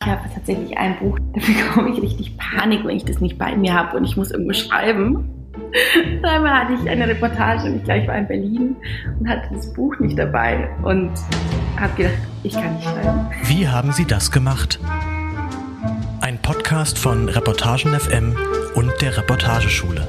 habe tatsächlich ein Buch, da bekomme ich richtig Panik, wenn ich das nicht bei mir habe und ich muss irgendwo schreiben. Einmal hatte ich eine Reportage und ich glaube, ich war in Berlin und hatte das Buch nicht dabei und habe gedacht, ich kann nicht schreiben. Wie haben Sie das gemacht? Ein Podcast von Reportagen FM und der Reportageschule.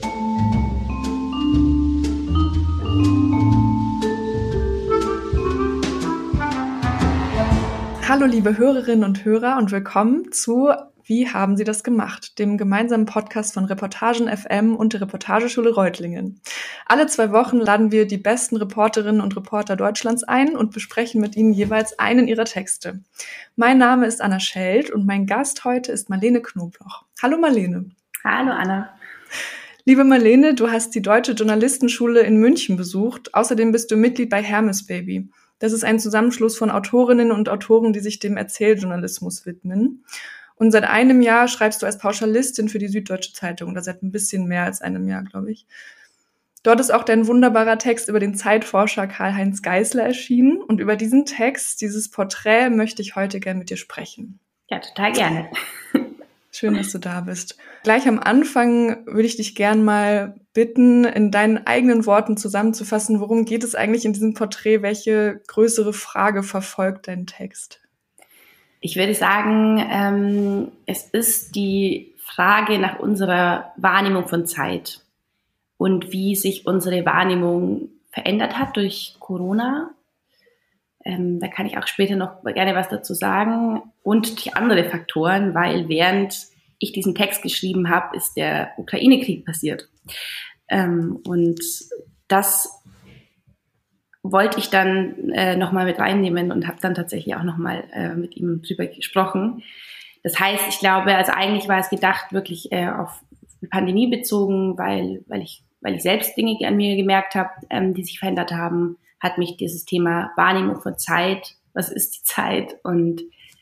Hallo liebe Hörerinnen und Hörer und willkommen zu Wie haben Sie das gemacht?, dem gemeinsamen Podcast von Reportagen FM und der Reportageschule Reutlingen. Alle 2 Wochen laden wir die besten Reporterinnen und Reporter Deutschlands ein und besprechen mit ihnen jeweils einen ihrer Texte. Mein Name ist Anna Scheld und mein Gast heute ist Marlene Knobloch. Hallo Marlene. Hallo Anna. Liebe Marlene, du hast die Deutsche Journalistenschule in München besucht. Außerdem bist du Mitglied bei Hermes Baby. Das ist ein Zusammenschluss von Autorinnen und Autoren, die sich dem Erzähljournalismus widmen. Und seit einem Jahr schreibst du als Pauschalistin für die Süddeutsche Zeitung, oder seit ein bisschen mehr als einem Jahr, glaube ich. Dort ist auch dein wunderbarer Text über den Zeitforscher Karl-Heinz Geisler erschienen. Und über diesen Text, dieses Porträt, möchte ich heute gerne mit dir sprechen. Ja, total gerne. Schön, dass du da bist. Gleich am Anfang würde ich dich gern mal bitten, in deinen eigenen Worten zusammenzufassen, worum geht es eigentlich in diesem Porträt? Welche größere Frage verfolgt dein Text? Ich würde sagen, es ist die Frage nach unserer Wahrnehmung von Zeit und wie sich unsere Wahrnehmung verändert hat durch Corona. Da kann ich auch später noch gerne was dazu sagen. Und die andere Faktoren, weil während ich diesen Text geschrieben habe, ist der Ukraine-Krieg passiert. Und das wollte ich dann nochmal mit reinnehmen und habe dann tatsächlich auch nochmal mit ihm drüber gesprochen. Das heißt, ich glaube, also eigentlich war es gedacht wirklich auf die Pandemie bezogen, weil ich selbst Dinge an mir gemerkt habe, die sich verändert haben, hat mich dieses Thema Wahrnehmung von Zeit, was ist die Zeit und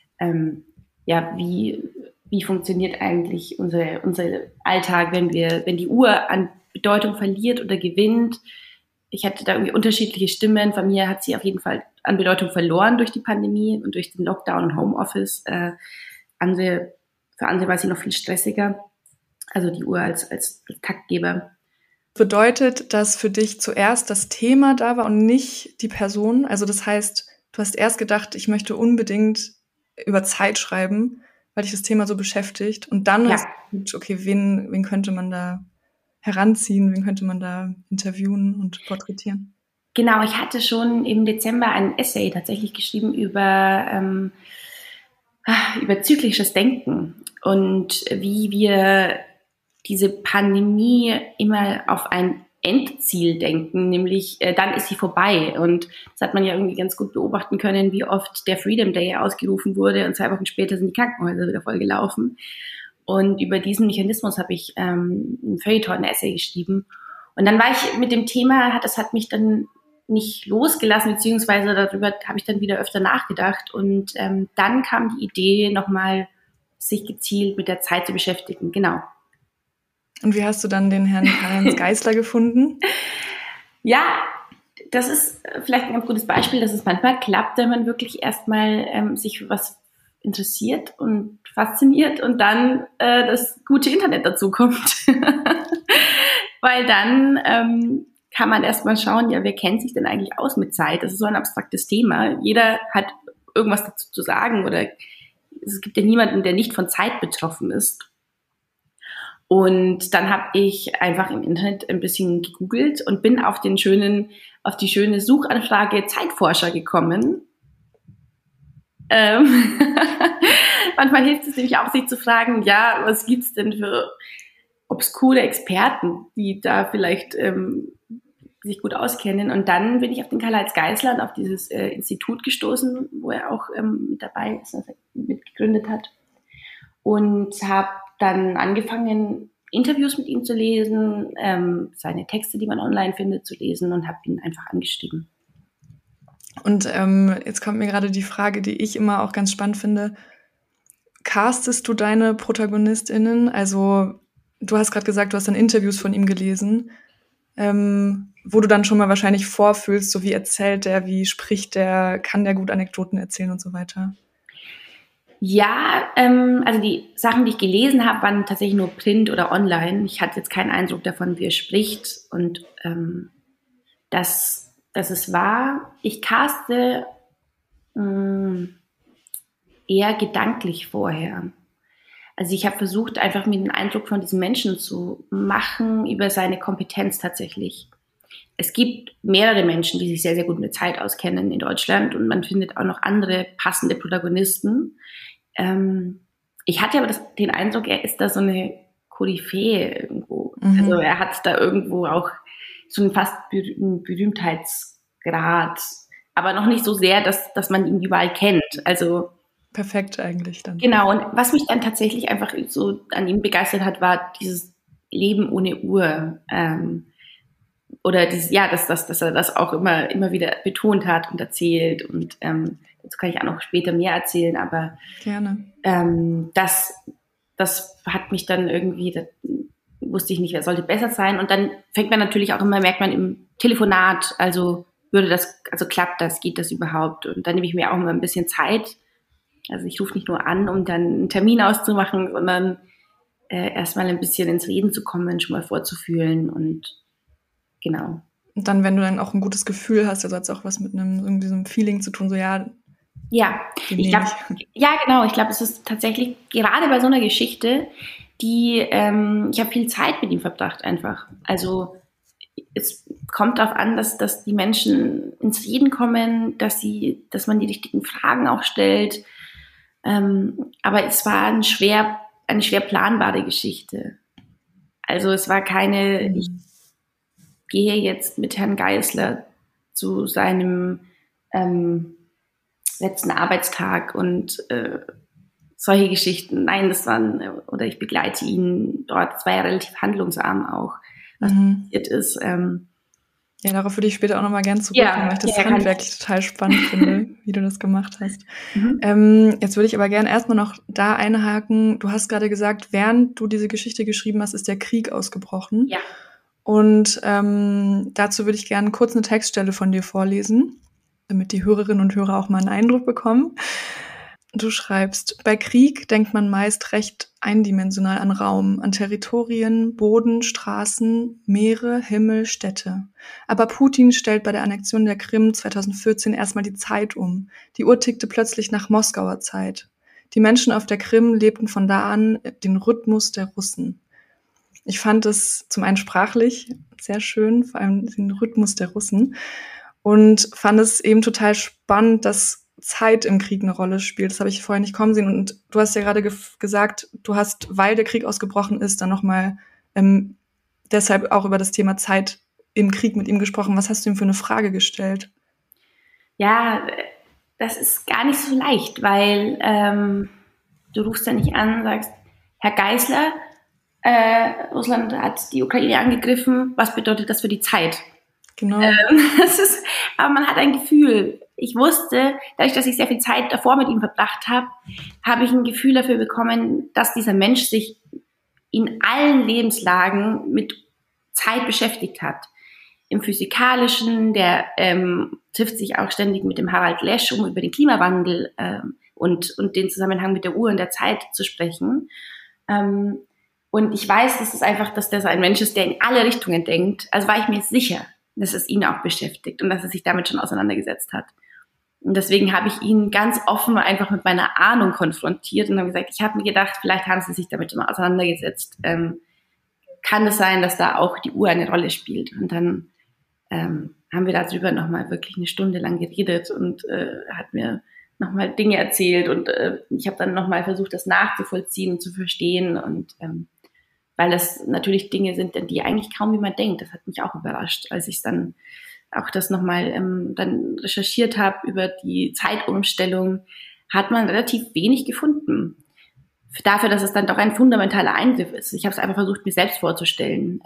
wie funktioniert eigentlich unser Alltag, wenn die Uhr an Bedeutung verliert oder gewinnt. Ich hatte da irgendwie unterschiedliche Stimmen. Von mir hat sie auf jeden Fall an Bedeutung verloren durch die Pandemie und durch den Lockdown und Homeoffice. Für andere war sie noch viel stressiger. Also die Uhr als Taktgeber. Bedeutet, dass für dich zuerst das Thema da war und nicht die Person? Also das heißt, du hast erst gedacht, ich möchte unbedingt über Zeit schreiben, weil dich das Thema so beschäftigt. Und dann hast du gedacht, okay, wen könnte man da heranziehen, wen könnte man da interviewen und porträtieren? Genau, ich hatte schon im Dezember ein Essay tatsächlich geschrieben über zyklisches Denken und wie wir diese Pandemie immer auf ein Endziel denken, nämlich dann ist sie vorbei. Und das hat man ja irgendwie ganz gut beobachten können, wie oft der Freedom Day ausgerufen wurde und 2 Wochen später sind die Krankenhäuser wieder voll gelaufen. Und über diesen Mechanismus habe ich ein Feuilleton, ein Essay geschrieben. Und dann war ich mit dem Thema, das hat mich dann nicht losgelassen, beziehungsweise darüber habe ich dann wieder öfter nachgedacht. Und dann kam die Idee, nochmal sich gezielt mit der Zeit zu beschäftigen. Genau. Und wie hast du dann den Herrn Karl-Heinz Geisler gefunden? Ja, das ist vielleicht ein ganz gutes Beispiel, dass es manchmal klappt, wenn man wirklich erstmal sich für was interessiert und fasziniert und dann das gute Internet dazu kommt. Weil dann kann man erstmal schauen, ja, wer kennt sich denn eigentlich aus mit Zeit? Das ist so ein abstraktes Thema. Jeder hat irgendwas dazu zu sagen oder es gibt ja niemanden, der nicht von Zeit betroffen ist. Und dann habe ich einfach im Internet ein bisschen gegoogelt und bin auf die schöne Suchanfrage Zeitforscher gekommen. Manchmal hilft es nämlich auch, sich zu fragen, ja, was gibt's denn für obskure Experten, die da vielleicht sich gut auskennen. Und dann bin ich auf den Karl-Heinz Geisler und auf dieses Institut gestoßen, wo er auch mit dabei ist, also mitgegründet hat. Und habe dann angefangen, Interviews mit ihm zu lesen, seine Texte, die man online findet, zu lesen und habe ihn einfach angeschrieben. Und jetzt kommt mir gerade die Frage, die ich immer auch ganz spannend finde. Castest du deine ProtagonistInnen? Also du hast gerade gesagt, du hast dann Interviews von ihm gelesen, wo du dann schon mal wahrscheinlich vorfühlst, so wie erzählt der, wie spricht der, kann der gut Anekdoten erzählen und so weiter. Ja, also die Sachen, die ich gelesen habe, waren tatsächlich nur Print oder online. Ich hatte jetzt keinen Eindruck davon, wie er spricht und dass es war. Ich caste eher gedanklich vorher. Also ich habe versucht, einfach mir den Eindruck von diesem Menschen zu machen über seine Kompetenz tatsächlich. Es gibt mehrere Menschen, die sich sehr, sehr gut mit Zeit auskennen in Deutschland und man findet auch noch andere passende Protagonisten. Ich hatte aber den Eindruck, er ist da so eine Koryphäe irgendwo. Mhm. Also er hat da irgendwo auch so einen fast Berühmtheitsgrad, aber noch nicht so sehr, dass man ihn überall kennt. Also perfekt eigentlich dann. Genau, und was mich dann tatsächlich einfach so an ihm begeistert hat, war dieses Leben ohne Uhr. Oder dieses, ja, dass er das auch immer wieder betont hat und erzählt. Und dazu kann ich auch noch später mehr erzählen, aber gerne. Das hat mich dann irgendwie, da wusste ich nicht, wer sollte besser sein. Und dann fängt man natürlich auch immer, merkt man im Telefonat, also klappt das, geht das überhaupt? Und dann nehme ich mir auch immer ein bisschen Zeit. Also ich rufe nicht nur an, um dann einen Termin auszumachen, sondern erstmal ein bisschen ins Reden zu kommen, schon mal vorzufühlen und genau. Und dann, wenn du dann auch ein gutes Gefühl hast, also hat es auch was mit irgendwie so einem Feeling zu tun, so ja, ich glaube, genau. Ich glaube, es ist tatsächlich gerade bei so einer Geschichte, die ich habe viel Zeit mit ihm verbracht einfach. Also es kommt darauf an, dass die Menschen ins Reden kommen, dass man die richtigen Fragen auch stellt. Aber es war eine schwer planbare Geschichte. Also es war keine, ich gehe jetzt mit Herrn Geisler zu seinem letzten Arbeitstag und solche Geschichten. Nein, oder ich begleite ihn dort. Es war ja relativ handlungsarm auch, was passiert ist. Ja, darauf würde ich später auch nochmal gern zurückkommen, weil ich das handwerklich total spannend finde, wie du das gemacht hast. Jetzt würde ich aber gern erstmal noch da einhaken. Du hast gerade gesagt, während du diese Geschichte geschrieben hast, ist der Krieg ausgebrochen. Ja. Und dazu würde ich gerne kurz eine Textstelle von dir vorlesen, damit die Hörerinnen und Hörer auch mal einen Eindruck bekommen. Du schreibst, bei Krieg denkt man meist recht eindimensional an Raum, an Territorien, Boden, Straßen, Meere, Himmel, Städte. Aber Putin stellt bei der Annexion der Krim 2014 erstmal die Zeit um. Die Uhr tickte plötzlich nach Moskauer Zeit. Die Menschen auf der Krim lebten von da an den Rhythmus der Russen. Ich fand es zum einen sprachlich sehr schön, vor allem den Rhythmus der Russen, und fand es eben total spannend, dass Zeit im Krieg eine Rolle spielt. Das habe ich vorher nicht kommen sehen. Und du hast ja gerade gesagt, du hast, weil der Krieg ausgebrochen ist, dann nochmal deshalb auch über das Thema Zeit im Krieg mit ihm gesprochen. Was hast du ihm für eine Frage gestellt? Ja, das ist gar nicht so leicht, weil du rufst ja nicht an und sagst, Herr Geisler, Russland hat die Ukraine angegriffen, was bedeutet das für die Zeit? Genau. Aber man hat ein Gefühl. Ich wusste, dadurch, dass ich sehr viel Zeit davor mit ihm verbracht habe, habe ich ein Gefühl dafür bekommen, dass dieser Mensch sich in allen Lebenslagen mit Zeit beschäftigt hat. Im Physikalischen, der trifft sich auch ständig mit dem Harald Lesch, um über den Klimawandel und den Zusammenhang mit der Uhr und der Zeit zu sprechen. Und ich weiß, dass der so ein Mensch ist, der in alle Richtungen denkt. Also war ich mir sicher, dass es ihn auch beschäftigt und dass er sich damit schon auseinandergesetzt hat. Und deswegen habe ich ihn ganz offen einfach mit meiner Ahnung konfrontiert und habe gesagt, ich habe mir gedacht, vielleicht haben sie sich damit schon mal auseinandergesetzt. Kann es sein, dass da auch die Uhr eine Rolle spielt? Und dann haben wir darüber nochmal wirklich eine Stunde lang geredet und hat mir nochmal Dinge erzählt und ich habe dann nochmal versucht, das nachzuvollziehen und zu verstehen und weil das natürlich Dinge sind, die eigentlich kaum jemand denkt. Das hat mich auch überrascht, als ich dann auch das nochmal dann recherchiert habe über die Zeitumstellung, hat man relativ wenig gefunden. Dafür, dass es dann doch ein fundamentaler Eingriff ist. Ich habe es einfach versucht, mir selbst vorzustellen.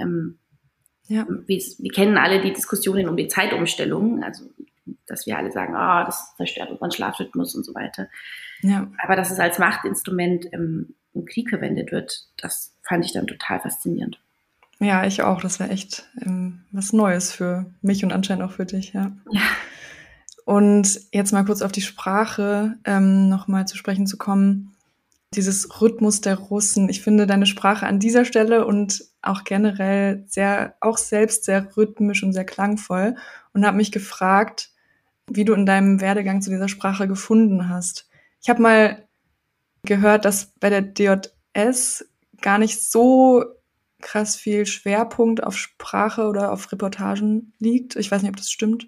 Wir kennen alle die Diskussionen um die Zeitumstellung, also dass wir alle sagen, das zerstört unseren Schlafrhythmus und so weiter. Ja. Aber dass es als Machtinstrument im Krieg verwendet wird, das fand ich dann total faszinierend. Ja, ich auch. Das war echt was Neues für mich und anscheinend auch für dich, ja. Und jetzt mal kurz auf die Sprache nochmal zu sprechen zu kommen. Dieses Rhythmus der Russen. Ich finde deine Sprache an dieser Stelle und auch generell auch selbst sehr rhythmisch und sehr klangvoll und habe mich gefragt, wie du in deinem Werdegang zu dieser Sprache gefunden hast. Ich habe mal gehört, dass bei der DJS gar nicht so krass viel Schwerpunkt auf Sprache oder auf Reportagen liegt. Ich weiß nicht, ob das stimmt.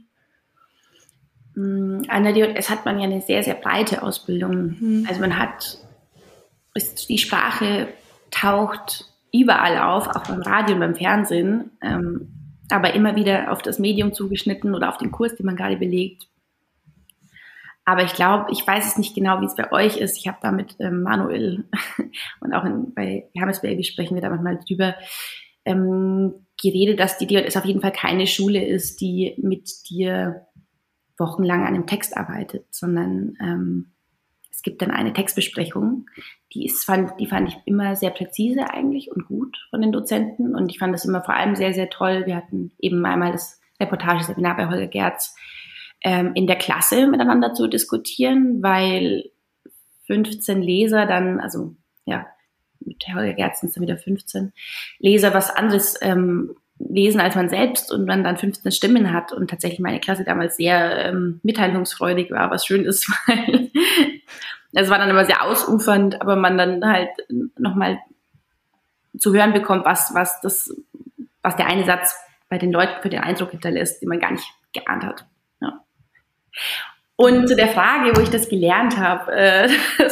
An der DJS hat man ja eine sehr, sehr breite Ausbildung. Also die Sprache taucht überall auf, auch beim Radio und beim Fernsehen, aber immer wieder auf das Medium zugeschnitten oder auf den Kurs, den man gerade belegt. Aber ich weiß es nicht genau, wie es bei euch ist. Ich habe da mit Manuel und auch bei Hermes Baby sprechen wir da manchmal drüber, geredet, dass die DJS auf jeden Fall keine Schule ist, die mit dir wochenlang an einem Text arbeitet, sondern es gibt dann eine Textbesprechung, die fand ich immer sehr präzise eigentlich und gut von den Dozenten und ich fand das immer vor allem sehr, sehr toll. Wir hatten eben einmal das Reportageseminar bei Holger Gerz in der Klasse miteinander zu diskutieren, weil 15 Leser dann, also ja, mit Holger Gerz sind es dann wieder 15 Leser was anderes lesen als man selbst und man dann 15 Stimmen hat und tatsächlich meine Klasse damals sehr mitteilungsfreudig war, was schön ist, weil es war dann immer sehr ausufernd, aber man dann halt nochmal zu hören bekommt, was der eine Satz bei den Leuten für den Eindruck hinterlässt, den man gar nicht geahnt hat. Ja. Und zu der Frage, wo ich das gelernt habe,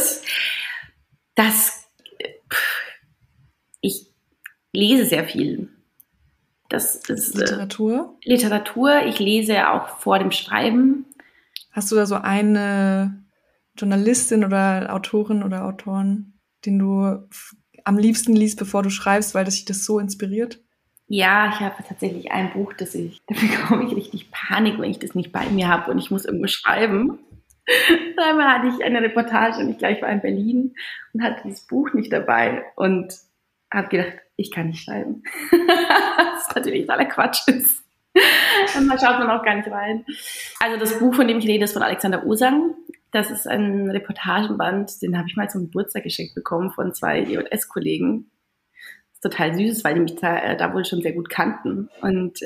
ich lese sehr viel. Das ist Literatur? Literatur. Ich lese auch vor dem Schreiben. Hast du da so eine Journalistin oder Autorin oder Autoren, den du am liebsten liest, bevor du schreibst, weil dich das so inspiriert? Ja, ich habe tatsächlich ein Buch, da bekomme ich richtig Panik, wenn ich das nicht bei mir habe und ich muss irgendwo schreiben. Einmal hatte ich eine Reportage und ich war in Berlin und hatte dieses Buch nicht dabei und habe gedacht, ich kann nicht schreiben. Was natürlich totaler Quatsch ist. Und da schaut man auch gar nicht rein. Also das Buch, von dem ich rede, ist von Alexander Osang. Das ist ein Reportagenband, den habe ich mal zum Geburtstag geschenkt bekommen von 2 DJS-Kollegen. Das ist total süß, weil die mich da wohl schon sehr gut kannten. Und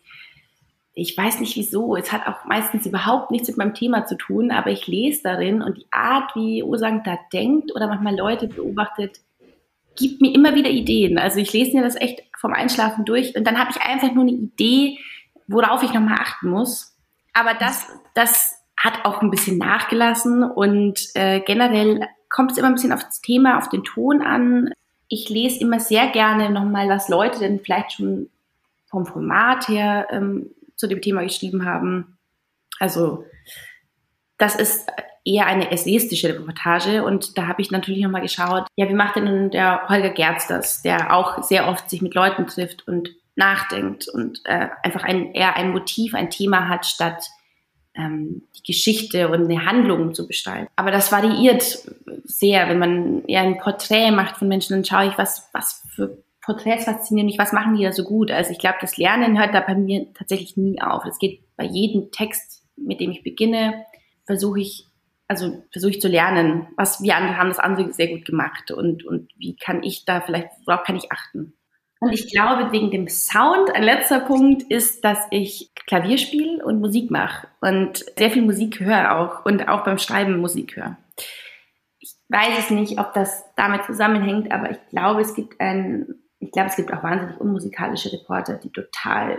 ich weiß nicht wieso, es hat auch meistens überhaupt nichts mit meinem Thema zu tun, aber ich lese darin und die Art, wie Osang da denkt oder manchmal Leute beobachtet, gibt mir immer wieder Ideen. Also ich lese mir das echt vom Einschlafen durch und dann habe ich einfach nur eine Idee, worauf ich nochmal achten muss. Aber das hat auch ein bisschen nachgelassen und generell kommt es immer ein bisschen auf das Thema, auf den Ton an. Ich lese immer sehr gerne nochmal, was Leute denn vielleicht schon vom Format her zu dem Thema geschrieben haben. Also das ist eher eine essayistische Reportage und da habe ich natürlich nochmal geschaut, ja, wie macht denn der Holger Gerz das, der auch sehr oft sich mit Leuten trifft und nachdenkt und einfach eher ein Motiv, ein Thema hat, statt die Geschichte und eine Handlung zu beschreiben. Aber das variiert sehr, wenn man eher ein Porträt macht von Menschen, dann schaue ich, was für Porträts faszinieren mich, was machen die da so gut. Also ich glaube, das Lernen hört da bei mir tatsächlich nie auf. Es geht bei jedem Text, mit dem ich beginne, versuche ich zu lernen, wie andere haben das andere sehr gut gemacht und wie kann ich da worauf kann ich achten. Und ich glaube, wegen dem Sound, ein letzter Punkt ist, dass ich Klavier spiele und Musik mache und sehr viel Musik höre auch und auch beim Schreiben Musik höre. Ich weiß es nicht, ob das damit zusammenhängt, aber ich glaube, es gibt auch wahnsinnig unmusikalische Reporter, die total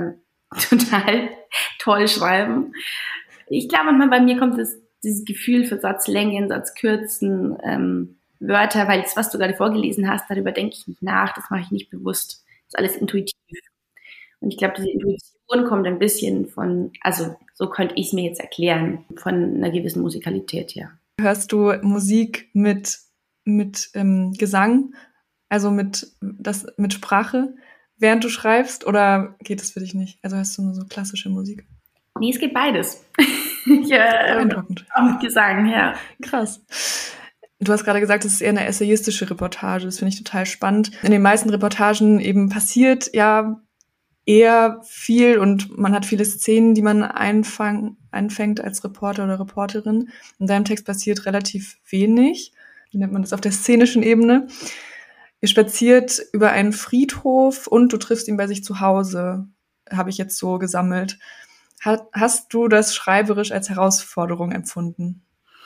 toll schreiben. Ich glaube, manchmal bei mir kommt dieses Gefühl für Satzlängen, Satzkürzen, Wörter, weil das, was du gerade vorgelesen hast, darüber denke ich nicht nach, das mache ich nicht bewusst. Das ist alles intuitiv. Und ich glaube, diese Intuition kommt ein bisschen so könnte ich es mir jetzt erklären, von einer gewissen Musikalität her. Hörst du Musik mit Gesang, also mit Sprache, während du schreibst, oder geht das für dich nicht? Also hörst du nur so klassische Musik? Nee, es geht beides. Beeindruckend. Auch mit Gesang, ja. Krass. Du hast gerade gesagt, es ist eher eine essayistische Reportage. Das finde ich total spannend. In den meisten Reportagen eben passiert ja eher viel und man hat viele Szenen, die man einfängt als Reporter oder Reporterin. In deinem Text passiert relativ wenig. Wie nennt man das auf der szenischen Ebene? Ihr spaziert über einen Friedhof und du triffst ihn bei sich zu Hause, habe ich jetzt so gesammelt. Hast du das schreiberisch als Herausforderung empfunden?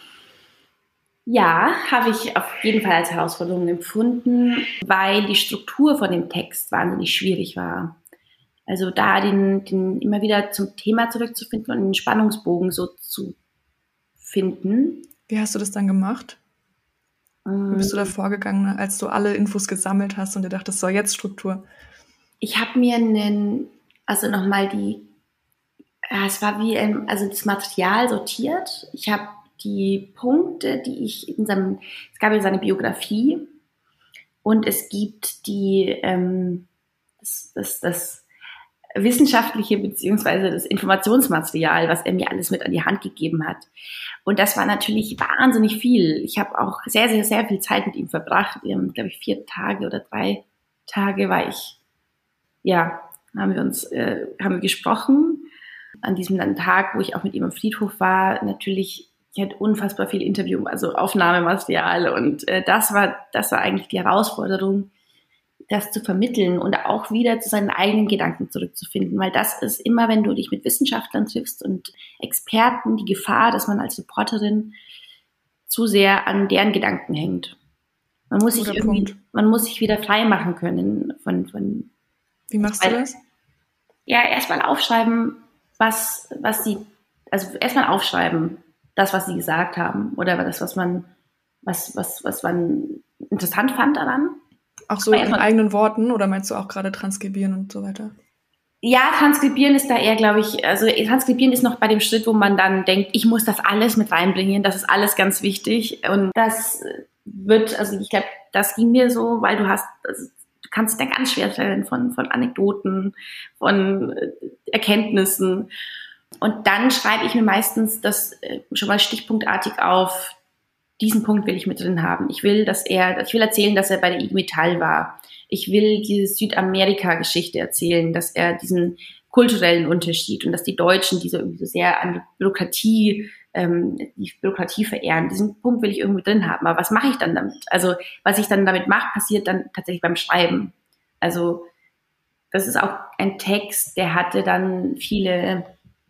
Ja, habe ich auf jeden Fall als Herausforderung empfunden, weil die Struktur von dem Text wahnsinnig schwierig war. Also da den immer wieder zum Thema zurückzufinden und den Spannungsbogen so zu finden. Wie hast du das dann gemacht? Wie bist du da vorgegangen, als du alle Infos gesammelt hast und dir dachtest, so, jetzt Struktur? Ich habe mir es war wie das Material sortiert. Ich habe die Punkte, die ich es gab ja seine Biografie und es gibt das wissenschaftliche beziehungsweise das Informationsmaterial, was er mir alles mit an die Hand gegeben hat. Und das war natürlich wahnsinnig viel. Ich habe auch sehr, sehr, sehr viel Zeit mit ihm verbracht. Glaube ich, 4 Tage oder 3 Tage haben wir gesprochen. An diesem Tag, wo ich auch mit ihm am Friedhof war, natürlich, ich hatte unfassbar viel Aufnahmematerial und das war eigentlich die Herausforderung, das zu vermitteln und auch wieder zu seinen eigenen Gedanken zurückzufinden, weil das ist immer, wenn du dich mit Wissenschaftlern triffst und Experten, die Gefahr, dass man als Reporterin zu sehr an deren Gedanken hängt. Man muss sich wieder frei machen können von. Wie machst du das? Ja, erstmal aufschreiben, was sie gesagt haben oder das, was man interessant fand daran. Auch so in eigenen Worten oder meinst du auch gerade transkribieren und so weiter? Ja, transkribieren ist da eher, glaube ich, transkribieren ist noch bei dem Schritt, wo man dann denkt, ich muss das alles mit reinbringen, das ist alles ganz wichtig und das ich glaube, das ging mir so, weil du kannst dir ganz schwer stellen von Anekdoten, von Erkenntnissen und dann schreibe ich mir meistens das schon mal stichpunktartig auf. Diesen Punkt will ich mit drin haben. Ich will erzählen, dass er bei der IG Metall war. Ich will diese Südamerika-Geschichte erzählen, dass er diesen kulturellen Unterschied und dass die Deutschen diese irgendwie so sehr an die Bürokratie verehren. Diesen Punkt will ich irgendwie drin haben. Aber was mache ich dann damit? Also, was ich dann damit mache, passiert dann tatsächlich beim Schreiben. Also, das ist auch ein Text, der hatte dann viele.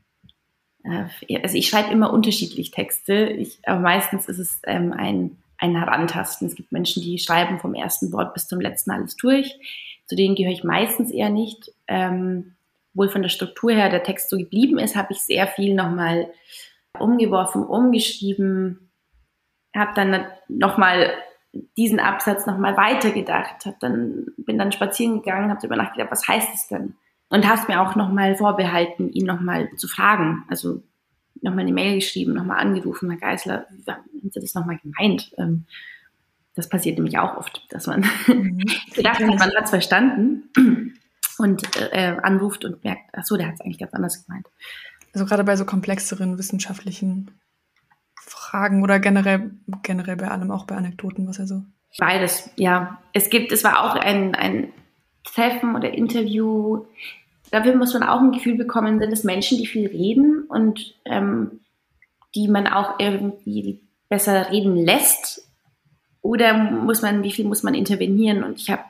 Also ich schreibe immer unterschiedlich Texte, aber meistens ist es ein Herantasten. Es gibt Menschen, die schreiben vom ersten Wort bis zum letzten alles durch. Zu denen gehöre ich meistens eher nicht. Obwohl von der Struktur her der Text so geblieben ist, habe ich sehr viel nochmal umgeworfen, umgeschrieben, habe dann nochmal diesen Absatz nochmal weitergedacht, bin dann spazieren gegangen, habe darüber nachgedacht, was heißt es denn? Und hast mir auch nochmal vorbehalten, ihn nochmal zu fragen. Also nochmal eine Mail geschrieben, nochmal angerufen, Herr Geisler, wie haben Sie das nochmal gemeint? Das passiert nämlich auch oft, dass man gedacht hat, man hat es verstanden und anruft und merkt, ach so, der hat es eigentlich ganz anders gemeint. Also gerade bei so komplexeren wissenschaftlichen Fragen oder generell bei allem, auch bei Anekdoten, was so. Beides, ja. Es war auch ein Treffen oder Interview. Dafür muss man auch ein Gefühl bekommen, sind es Menschen, die viel reden und die man auch irgendwie besser reden lässt? Oder wie viel muss man intervenieren? Und ich habe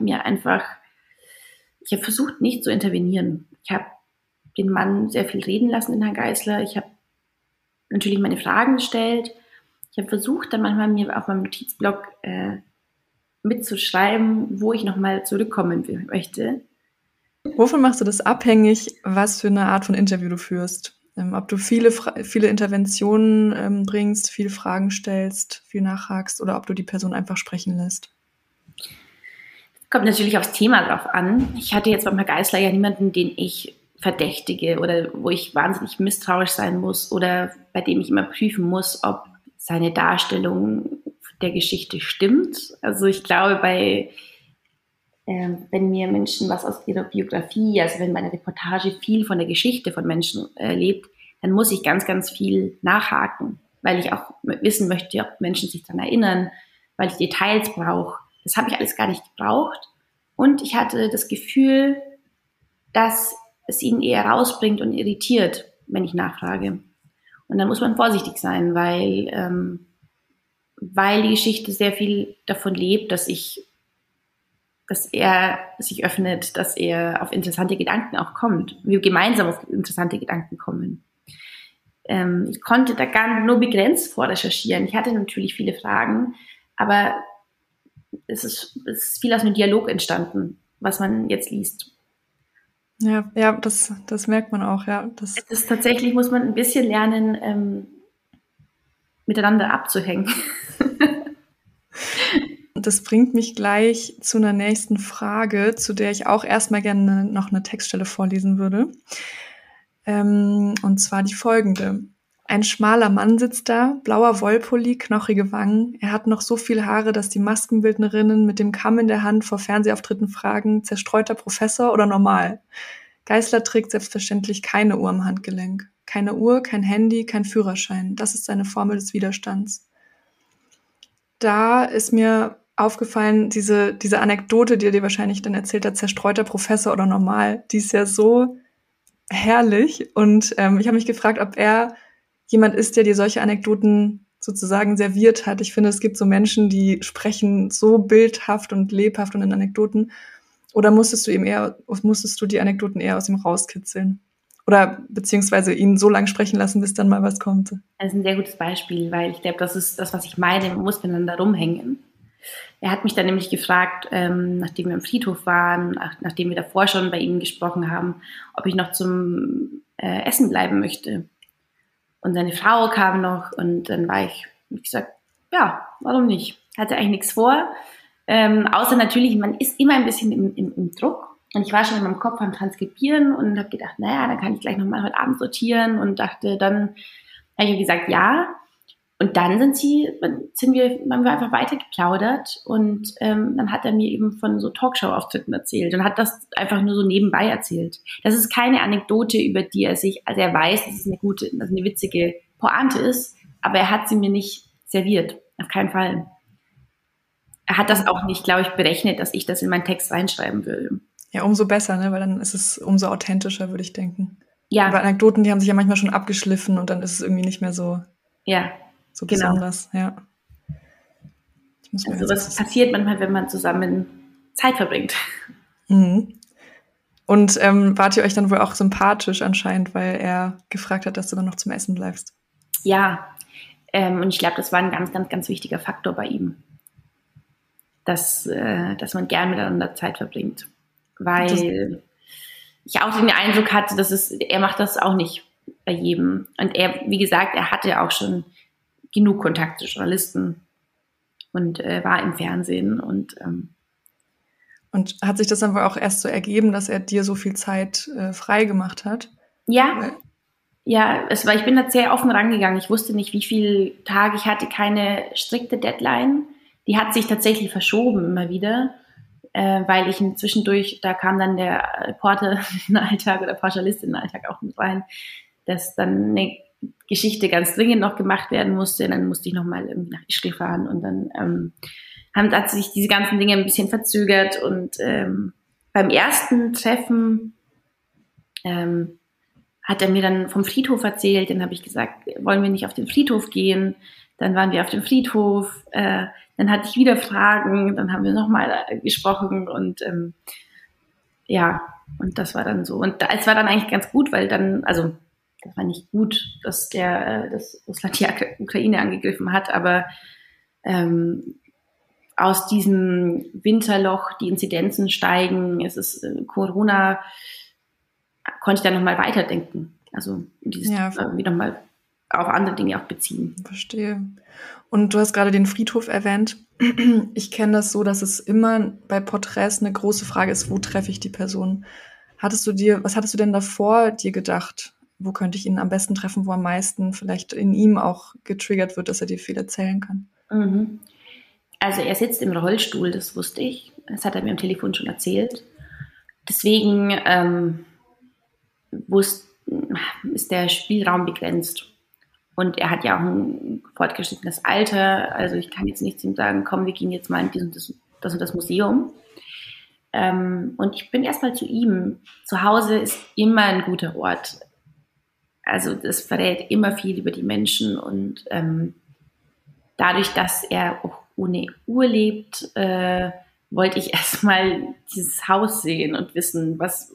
versucht, nicht zu intervenieren. Ich habe den Mann sehr viel reden lassen, den Herrn Geisler. Ich habe natürlich meine Fragen gestellt. Ich habe versucht, dann manchmal mir auf meinem Notizblock mitzuschreiben, wo ich nochmal zurückkommen möchte. Wovon machst du das abhängig, was für eine Art von Interview du führst? Ob du viele Interventionen bringst, viele Fragen stellst, viel nachhakst oder ob du die Person einfach sprechen lässt? Kommt natürlich aufs Thema drauf an. Ich hatte jetzt beim Herrn Geisler ja niemanden, den ich verdächtige oder wo ich wahnsinnig misstrauisch sein muss oder bei dem ich immer prüfen muss, ob seine Darstellung der Geschichte stimmt. Also ich glaube, wenn mir Menschen was aus ihrer Biografie, also wenn meine Reportage viel von der Geschichte von Menschen lebt, dann muss ich ganz, ganz viel nachhaken, weil ich auch wissen möchte, ob Menschen sich daran erinnern, weil ich Details brauche. Das habe ich alles gar nicht gebraucht. Und ich hatte das Gefühl, dass es ihn eher rausbringt und irritiert, wenn ich nachfrage. Und dann muss man vorsichtig sein, weil die Geschichte sehr viel davon lebt, dass er sich öffnet, dass er auf interessante Gedanken auch kommt. Wir gemeinsam auf interessante Gedanken kommen. Ich konnte da nur begrenzt vorrecherchieren. Ich hatte natürlich viele Fragen, aber es ist viel aus einem Dialog entstanden, was man jetzt liest. Ja, das merkt man auch, ja. Es ist tatsächlich, muss man ein bisschen lernen, miteinander abzuhängen. Das bringt mich gleich zu einer nächsten Frage, zu der ich auch erstmal gerne noch eine Textstelle vorlesen würde. Und zwar die folgende. Ein schmaler Mann sitzt da, blauer Wollpulli, knochige Wangen. Er hat noch so viel Haare, dass die Maskenbildnerinnen mit dem Kamm in der Hand vor Fernsehauftritten fragen, zerstreuter Professor oder normal? Geißler trägt selbstverständlich keine Uhr am Handgelenk. Keine Uhr, kein Handy, kein Führerschein. Das ist seine Formel des Widerstands. Da ist mir aufgefallen, diese Anekdote, die er dir wahrscheinlich dann erzählt hat, zerstreuter Professor oder normal, die ist ja so herrlich. Und ich habe mich gefragt, ob er jemand ist, der dir solche Anekdoten sozusagen serviert hat. Ich finde, es gibt so Menschen, die sprechen so bildhaft und lebhaft und in Anekdoten. Oder musstest du die Anekdoten eher aus ihm rauskitzeln? Oder beziehungsweise ihn so lange sprechen lassen, bis dann mal was kommt? Das ist ein sehr gutes Beispiel, weil ich glaube, das ist das, was ich meine. Man muss miteinander rumhängen. Er hat mich dann nämlich gefragt, nachdem wir am Friedhof waren, nachdem wir davor schon bei ihm gesprochen haben, ob ich noch zum Essen bleiben möchte. Und seine Frau kam noch und dann war ich, wie gesagt, ja, warum nicht? Hatte eigentlich nichts vor. Außer natürlich, man ist immer ein bisschen im Druck. Und ich war schon in meinem Kopf am Transkribieren und habe gedacht, naja, dann kann ich gleich nochmal heute Abend sortieren und dachte, dann habe ich gesagt, ja. Und dann haben wir einfach weiter geplaudert und dann hat er mir eben von so Talkshow-Auftritten erzählt und hat das einfach nur so nebenbei erzählt. Das ist keine Anekdote, über die er weiß, dass es eine witzige Pointe ist, aber er hat sie mir nicht serviert. Auf keinen Fall. Er hat das auch nicht, glaube ich, berechnet, dass ich das in meinen Text reinschreiben würde. Ja, umso besser, ne? Weil dann ist es umso authentischer, würde ich denken. Ja. Aber Anekdoten, die haben sich ja manchmal schon abgeschliffen und dann ist es irgendwie nicht mehr so, so besonders. Genau. Ja. Also was passiert manchmal, wenn man zusammen Zeit verbringt. Mhm. Und wart ihr euch dann wohl auch sympathisch anscheinend, weil er gefragt hat, dass du dann noch zum Essen bleibst? Ja, und ich glaube, das war ein ganz, ganz, ganz wichtiger Faktor bei ihm, dass man gern miteinander Zeit verbringt. Weil ich auch den Eindruck hatte, er macht das auch nicht bei jedem. Und wie gesagt, er hatte auch schon genug Kontakt zu Journalisten und war im Fernsehen. Und hat sich das dann wohl auch erst so ergeben, dass er dir so viel Zeit frei gemacht hat? Ja. Ja, ich bin da sehr offen rangegangen. Ich wusste nicht, wie viele Tage. Ich hatte keine strikte Deadline. Die hat sich tatsächlich verschoben immer wieder. Weil ich zwischendurch, da kam dann der Reporter in den Alltag oder Pauschalist in den Alltag auch mit rein, dass dann eine Geschichte ganz dringend noch gemacht werden musste. Dann musste ich nochmal irgendwie nach Ischgl fahren und dann hat sich diese ganzen Dinge ein bisschen verzögert und beim ersten Treffen hat er mir dann vom Friedhof erzählt. Dann habe ich gesagt, wollen wir nicht auf den Friedhof gehen? Dann waren wir auf dem Friedhof, dann hatte ich wieder Fragen, dann haben wir nochmal gesprochen und und das war dann so. Und es war dann eigentlich ganz gut, weil dann, also das war nicht gut, dass Russland die Ukraine angegriffen hat, aber aus diesem Winterloch, die Inzidenzen steigen, es ist Corona, konnte ich dann nochmal weiterdenken. Also wie nochmal auf andere Dinge auch beziehen. Verstehe. Und du hast gerade den Friedhof erwähnt. Ich kenne das so, dass es immer bei Porträts eine große Frage ist, wo treffe ich die Person? Was hattest du denn davor dir gedacht? Wo könnte ich ihn am besten treffen, wo am meisten vielleicht in ihm auch getriggert wird, dass er dir viel erzählen kann? Mhm. Also er sitzt im Rollstuhl, das wusste ich. Das hat er mir am Telefon schon erzählt. Deswegen ist der Spielraum begrenzt. Und er hat ja auch ein fortgeschrittenes Alter. Also ich kann jetzt nicht zu ihm sagen, komm, wir gehen jetzt mal in das und das Museum. Und ich bin erstmal zu ihm. Zu Hause ist immer ein guter Ort. Also das verrät immer viel über die Menschen und dadurch, dass er auch ohne Uhr lebt, wollte ich erstmal dieses Haus sehen und wissen, was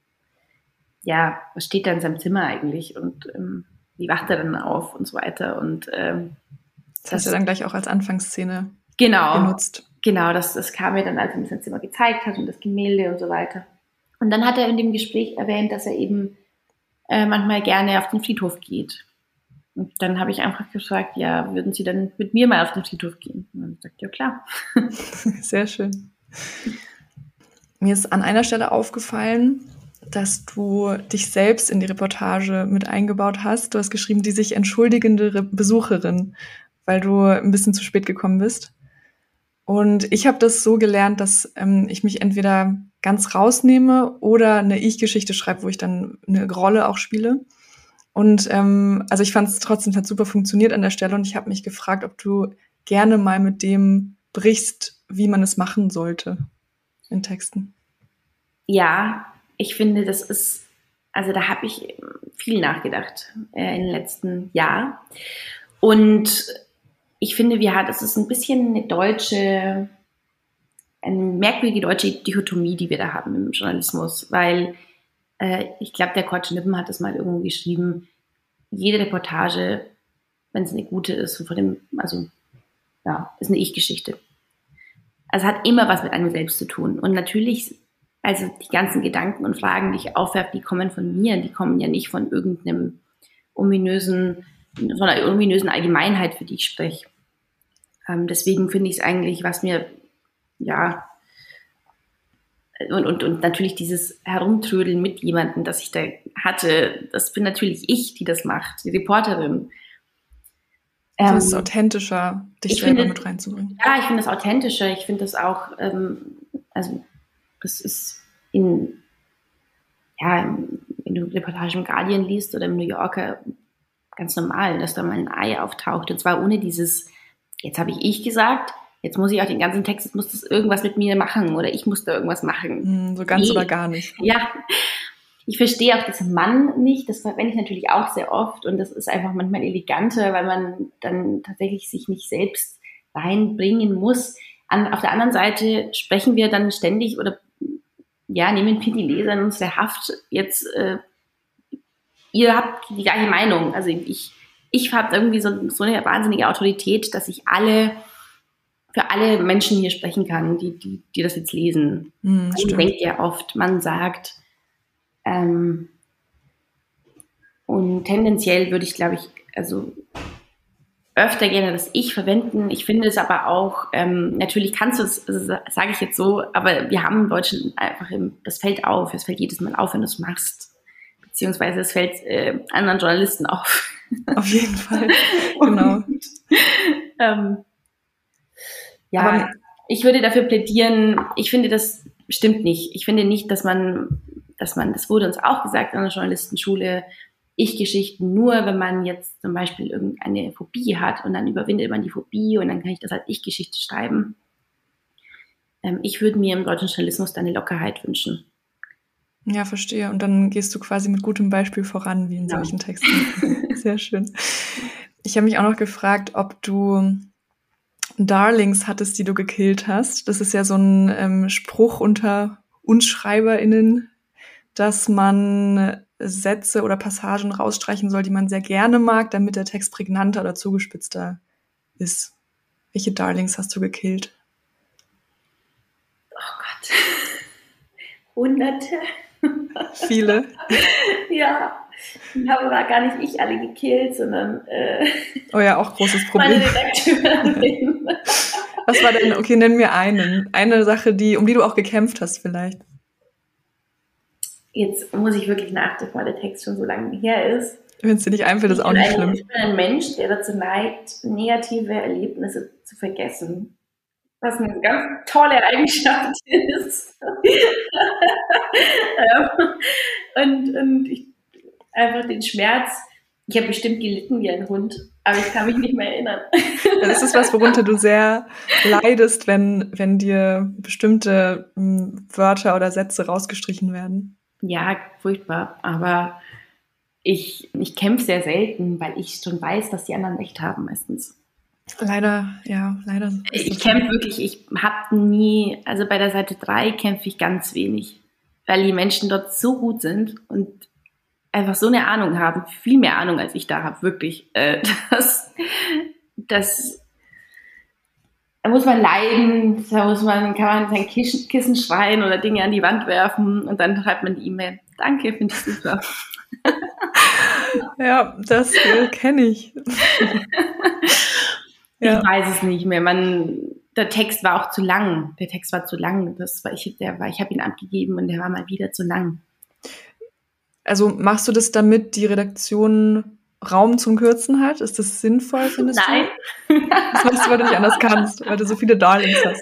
steht da in seinem Zimmer eigentlich und wie wacht er dann auf und so weiter. Und das hast du dann gleich auch als Anfangsszene genutzt. Genau, das kam mir dann, als er mir sein Zimmer gezeigt hat und das Gemälde und so weiter. Und dann hat er in dem Gespräch erwähnt, dass er eben manchmal gerne auf den Friedhof geht. Und dann habe ich einfach gefragt, ja, würden Sie dann mit mir mal auf den Friedhof gehen? Und dann sagt, ja klar. Sehr schön. Mir ist an einer Stelle aufgefallen, dass du dich selbst in die Reportage mit eingebaut hast. Du hast geschrieben, die sich entschuldigende Besucherin, weil du ein bisschen zu spät gekommen bist. Und ich habe das so gelernt, dass ich mich entweder ganz rausnehme oder eine Ich-Geschichte schreibe, wo ich dann eine Rolle auch spiele. Und also ich fand es trotzdem, hat super funktioniert an der Stelle und ich habe mich gefragt, ob du gerne mal mit dem brichst, wie man es machen sollte in Texten. Ja, ich finde, das ist, also da habe ich viel nachgedacht im letzten Jahr. Und ich finde, das ist ein bisschen eine merkwürdige deutsche Dichotomie, die wir da haben im Journalismus, weil ich glaube, der Kurt Schnippen hat das mal irgendwo geschrieben, jede Reportage, wenn es eine gute ist, ist eine Ich-Geschichte. Also hat immer was mit einem selbst zu tun. Und natürlich, also die ganzen Gedanken und Fragen, die ich aufwerfe, die kommen von mir, die kommen ja nicht von einer ominösen Allgemeinheit, für die ich spreche. Deswegen finde ich es eigentlich, was mir, und natürlich dieses Herumtrödeln mit jemandem, das ich da hatte, das bin natürlich ich, die das macht, die Reporterin. Das ist authentischer, dich selber mit reinzubringen. Ja, ich finde das authentischer. Ich finde das auch, das ist wenn du Reportage im Guardian liest oder im New Yorker, ganz normal, dass da mal ein Ei auftaucht. Und zwar ohne dieses, jetzt habe ich gesagt, jetzt muss ich auch den ganzen Text, jetzt muss das irgendwas mit mir machen oder ich muss da irgendwas machen. So ganz oder gar nicht. Ja, ich verstehe auch das Mann nicht, das verwende ich natürlich auch sehr oft und das ist einfach manchmal eleganter, weil man dann tatsächlich sich nicht selbst reinbringen muss. Auf der anderen Seite sprechen wir dann ständig oder nehmen wir die Leser in unsere Haft. Jetzt, ihr habt die gleiche Meinung. Also ich habe irgendwie so eine wahnsinnige Autorität, dass ich für alle Menschen hier sprechen kann, die das jetzt lesen. Man denkt ja oft, man sagt, und tendenziell würde ich, glaube ich, also öfter gerne das Ich verwenden. Ich finde es aber auch, natürlich kannst du es, also sage ich jetzt so, aber wir haben im Deutschen einfach, das fällt auf, es fällt jedes Mal auf, wenn du es machst. Beziehungsweise es fällt anderen Journalisten auf. Auf jeden Fall, genau. Aber ich würde dafür plädieren, ich finde, das stimmt nicht. Ich finde nicht, dass man, das wurde uns auch gesagt an der Journalistenschule, Ich-Geschichten nur, wenn man jetzt zum Beispiel irgendeine Phobie hat und dann überwindet man die Phobie und dann kann ich das als Ich-Geschichte schreiben. Ich würde mir im deutschen Journalismus da eine Lockerheit wünschen. Ja, verstehe. Und dann gehst du quasi mit gutem Beispiel voran, wie in solchen Texten. Sehr schön. Ich habe mich auch noch gefragt, ob du Darlings hattest, die du gekillt hast. Das ist ja so ein Spruch unter uns SchreiberInnen, dass man Sätze oder Passagen rausstreichen soll, die man sehr gerne mag, damit der Text prägnanter oder zugespitzter ist. Welche Darlings hast du gekillt? Oh Gott. Hunderte. Viele? Ja. Die habe aber gar nicht ich alle gekillt, sondern oh ja, auch großes Problem. Meine Redakteurin. Was war denn, okay, nenn mir einen. Eine Sache, um die du auch gekämpft hast vielleicht. Jetzt muss ich wirklich nachdenken, weil der Text schon so lange her ist. Wenn es dir nicht einfällt, ist auch nicht schlimm. Ich bin ein Mensch, der dazu neigt, negative Erlebnisse zu vergessen. Was eine ganz tolle Eigenschaft ist. Und ich einfach den Schmerz Ich habe bestimmt gelitten wie ein Hund, aber ich kann mich nicht mehr erinnern. Das ist was, worunter du sehr leidest, wenn dir bestimmte Wörter oder Sätze rausgestrichen werden. Ja, furchtbar. Aber ich kämpfe sehr selten, weil ich schon weiß, dass die anderen recht haben meistens. Leider. Ich kämpfe wirklich, ich habe nie, also bei der Seite 3 kämpfe ich ganz wenig, weil die Menschen dort so gut sind und einfach so eine Ahnung haben, viel mehr Ahnung als ich da habe, wirklich. Da muss man leiden, kann man sein Kissen schreien oder Dinge an die Wand werfen und dann schreibt man die E-Mail. Danke, finde ich super. Ja, das kenne ich. Ich weiß es nicht mehr. Der Text war auch zu lang. Der Text war zu lang. Ich habe ihn abgegeben und der war mal wieder zu lang. Also machst du das, damit die Redaktion Raum zum Kürzen hat? Ist das sinnvoll, findest Nein. du? Das machst du, weil du nicht anders kannst, weil du so viele Darlings hast.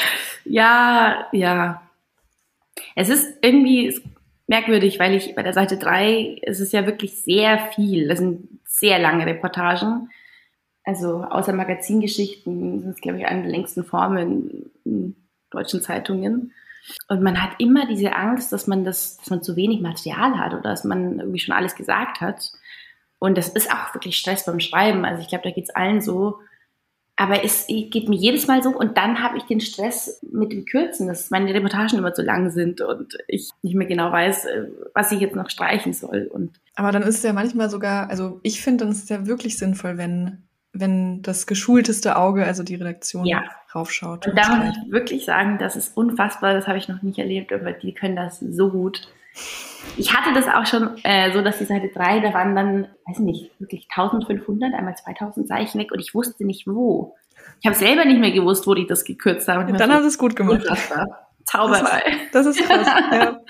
Ja. Es ist irgendwie merkwürdig, weil ich bei der Seite 3, es ist ja wirklich sehr viel. Das sind sehr lange Reportagen. Also außer Magazingeschichten sind es, glaube ich, eine der längsten Formen in deutschen Zeitungen. Und man hat immer diese Angst, dass man zu wenig Material hat oder dass man irgendwie schon alles gesagt hat. Und das ist auch wirklich Stress beim Schreiben. Also ich glaube, da geht es allen so. Aber es geht mir jedes Mal so. Und dann habe ich den Stress mit dem Kürzen, dass meine Reportagen immer zu lang sind und ich nicht mehr genau weiß, was ich jetzt noch streichen soll. Aber dann ist es ja manchmal sogar, also ich finde, dann ist es ja wirklich sinnvoll, wenn das geschulteste Auge, also die Redaktion, raufschaut. Und da muss ich wirklich sagen, das ist unfassbar, das habe ich noch nicht erlebt, aber die können das so gut. Ich hatte das auch schon so, dass die Seite 3, da waren dann, weiß nicht, wirklich 1500, einmal 2000 Zeichen weg und ich wusste nicht wo. Ich habe selber nicht mehr gewusst, wo die das gekürzt haben. Dann haben sie es gut gemacht. Unfassbar. Zauberei. Das ist krass, ja.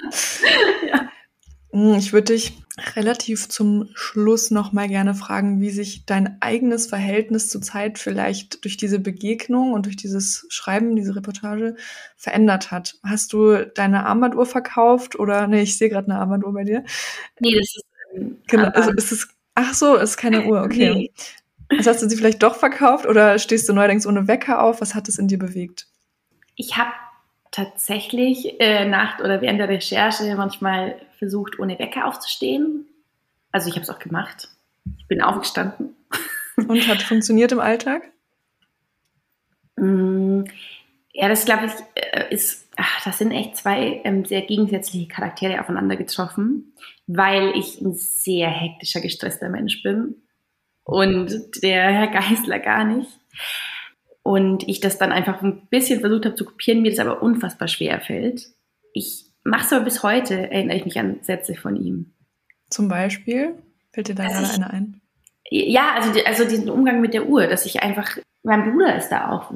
Ich würde dich relativ zum Schluss noch mal gerne fragen, wie sich dein eigenes Verhältnis zur Zeit vielleicht durch diese Begegnung und durch dieses Schreiben, diese Reportage verändert hat. Hast du deine Armbanduhr verkauft oder, nee, ich sehe gerade eine Armbanduhr bei dir. Nee, das ist genau, also ist es, ach so, ist keine Uhr, okay. Nee. Also hast du sie vielleicht doch verkauft oder stehst du neuerdings ohne Wecker auf? Was hat es in dir bewegt? Ich habe tatsächlich während der Recherche manchmal versucht, ohne Wecker aufzustehen. Also ich habe es auch gemacht. Ich bin aufgestanden. Und hat funktioniert im Alltag? Ja, das glaube ich das sind echt zwei sehr gegensätzliche Charaktere aufeinander getroffen, weil ich ein sehr hektischer, gestresster Mensch bin und der Herr Geisler gar nicht. Und ich das dann einfach ein bisschen versucht habe zu kopieren, mir das aber unfassbar schwer fällt. Ich mache es aber bis heute, erinnere ich mich an Sätze von ihm. Zum Beispiel? Fällt dir da gerade eine ein? Ja, also diesen Umgang mit der Uhr, dass ich einfach, mein Bruder ist da auch.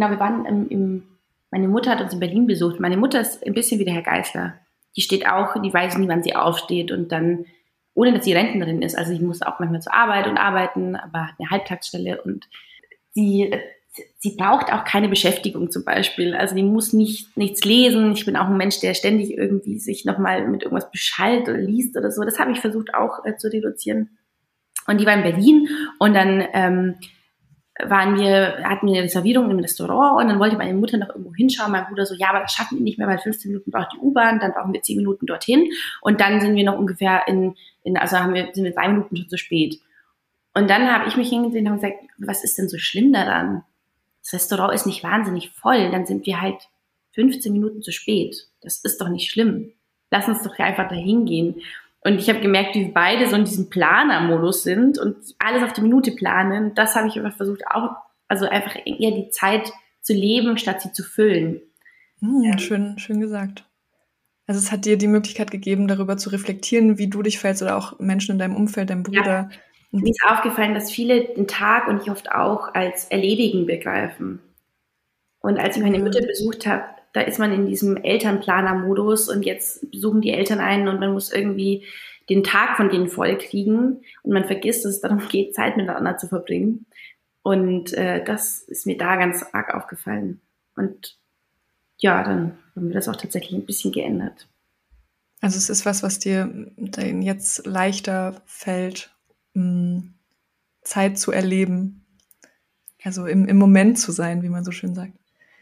Meine Mutter hat uns in Berlin besucht. Meine Mutter ist ein bisschen wie der Herr Geisler. Die weiß nie, wann sie aufsteht und dann, ohne dass sie Rentnerin ist, also sie muss auch manchmal zur Arbeit und arbeiten, aber hat eine Halbtagsstelle und sie braucht auch keine Beschäftigung zum Beispiel. Also die muss nichts lesen. Ich bin auch ein Mensch, der ständig irgendwie sich nochmal mit irgendwas beschallt oder liest oder so. Das habe ich versucht auch zu reduzieren. Und die war in Berlin und dann hatten wir eine Reservierung im Restaurant und dann wollte meine Mutter noch irgendwo hinschauen. Mein Bruder so, ja, aber das schaffen wir nicht mehr, weil 15 Minuten braucht die U-Bahn, dann brauchen wir 10 Minuten dorthin und dann sind wir noch ungefähr sind wir 3 Minuten schon zu spät. Und dann habe ich mich hingesehen und gesagt, was ist denn so schlimm daran? Das Restaurant ist nicht wahnsinnig voll, dann sind wir halt 15 Minuten zu spät. Das ist doch nicht schlimm. Lass uns doch einfach da hingehen. Und ich habe gemerkt, wie wir beide so in diesem Planer-Modus sind und alles auf die Minute planen. Das habe ich einfach versucht, auch, also einfach eher die Zeit zu leben, statt sie zu füllen. Schön gesagt. Also es hat dir die Möglichkeit gegeben, darüber zu reflektieren, wie du dich verhältst oder auch Menschen in deinem Umfeld, dein Bruder. Ja. Mir ist aufgefallen, dass viele den Tag und ich oft auch als Erledigen begreifen. Und als ich meine Mutter besucht habe, da ist man in diesem Elternplaner-Modus und jetzt besuchen die Eltern einen und man muss irgendwie den Tag von denen voll kriegen und man vergisst, dass es darum geht, Zeit miteinander zu verbringen. Und das ist mir da ganz arg aufgefallen. Und ja, dann haben wir das auch tatsächlich ein bisschen geändert. Also es ist was dir jetzt leichter fällt, Zeit zu erleben. Also im Moment zu sein, wie man so schön sagt.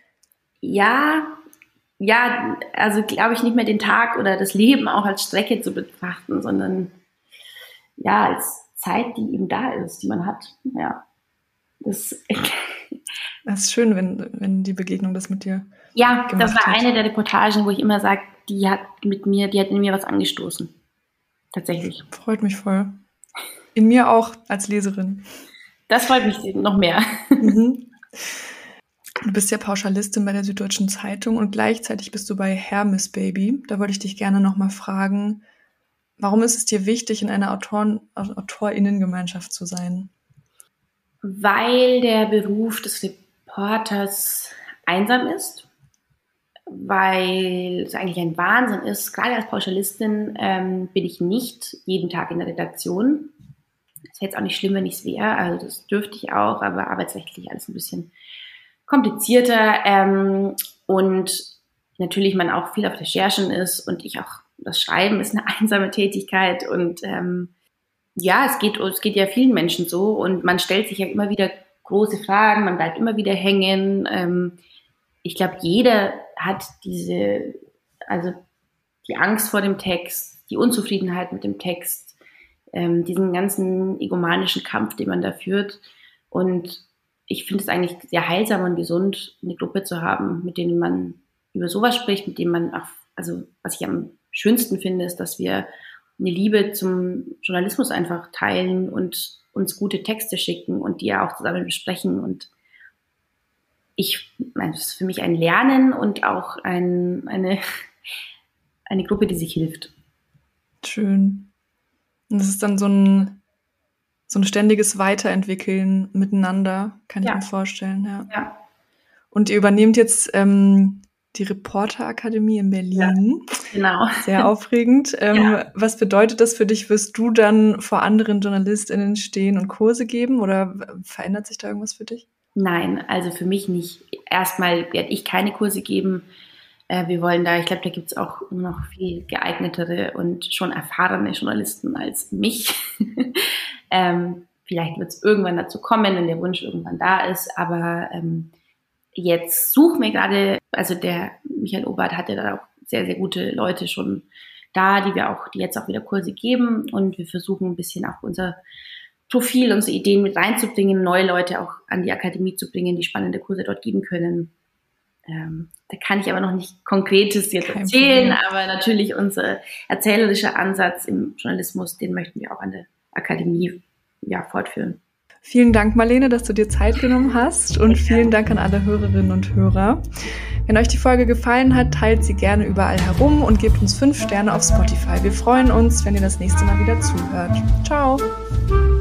Ja, also glaube ich nicht mehr den Tag oder das Leben auch als Strecke zu betrachten, sondern ja, als Zeit, die eben da ist, die man hat. Ja, das ist schön, wenn die Begegnung das mit dir gemacht hat. Ja, das war hat. eine der Reportagen, wo ich immer sage, die hat in mir was angestoßen. Tatsächlich. Freut mich voll. In mir auch als Leserin. Das freut mich noch mehr. Mhm. Du bist ja Pauschalistin bei der Süddeutschen Zeitung und gleichzeitig bist du bei Hermes Baby. Da wollte ich dich gerne nochmal fragen, warum ist es dir wichtig, in einer AutorInnengemeinschaft zu sein? Weil der Beruf des Reporters einsam ist, weil es eigentlich ein Wahnsinn ist. Gerade als Pauschalistin bin ich nicht jeden Tag in der Redaktion. Das wäre jetzt auch nicht schlimm, wenn ich es wäre. Also das dürfte ich auch, aber arbeitsrechtlich alles ein bisschen komplizierter. Und natürlich man auch viel auf Recherchen ist und ich auch, das Schreiben ist eine einsame Tätigkeit und es geht ja vielen Menschen so und man stellt sich ja immer wieder große Fragen, man bleibt immer wieder hängen. Ich glaube, jeder hat die Angst vor dem Text, die Unzufriedenheit mit dem Text, diesen ganzen egomanischen Kampf, den man da führt. Und ich finde es eigentlich sehr heilsam und gesund, eine Gruppe zu haben, mit denen man über sowas spricht, mit denen man auch, also was ich am schönsten finde, ist, dass wir eine Liebe zum Journalismus einfach teilen und uns gute Texte schicken und die ja auch zusammen besprechen. Und es ist für mich ein Lernen und auch eine Gruppe, die sich hilft. Schön. Und das ist dann so ein ständiges Weiterentwickeln miteinander, kann ich mir vorstellen. Ja. Und ihr übernehmt jetzt die Reporterakademie in Berlin. Ja, genau. Sehr aufregend. Was bedeutet das für dich? Wirst du dann vor anderen JournalistInnen stehen und Kurse geben oder verändert sich da irgendwas für dich? Nein, also für mich nicht. Erstmal werde ich keine Kurse geben. Wir wollen ich glaube, da gibt es auch noch viel geeignetere und schon erfahrene Journalisten als mich. Vielleicht wird es irgendwann dazu kommen, wenn der Wunsch irgendwann da ist, aber jetzt suchen wir gerade, also der Michael Obert hatte da auch sehr, sehr gute Leute schon da, die jetzt auch wieder Kurse geben und wir versuchen ein bisschen auch unser Profil, unsere Ideen mit reinzubringen, neue Leute auch an die Akademie zu bringen, die spannende Kurse dort geben können. Da kann ich aber noch nicht Konkretes jetzt erzählen, aber natürlich unser erzählerischer Ansatz im Journalismus, den möchten wir auch an der Akademie fortführen. Vielen Dank, Marlene, dass du dir Zeit genommen hast und vielen Dank an alle Hörerinnen und Hörer. Wenn euch die Folge gefallen hat, teilt sie gerne überall herum und gebt uns 5 Sterne auf Spotify. Wir freuen uns, wenn ihr das nächste Mal wieder zuhört. Ciao!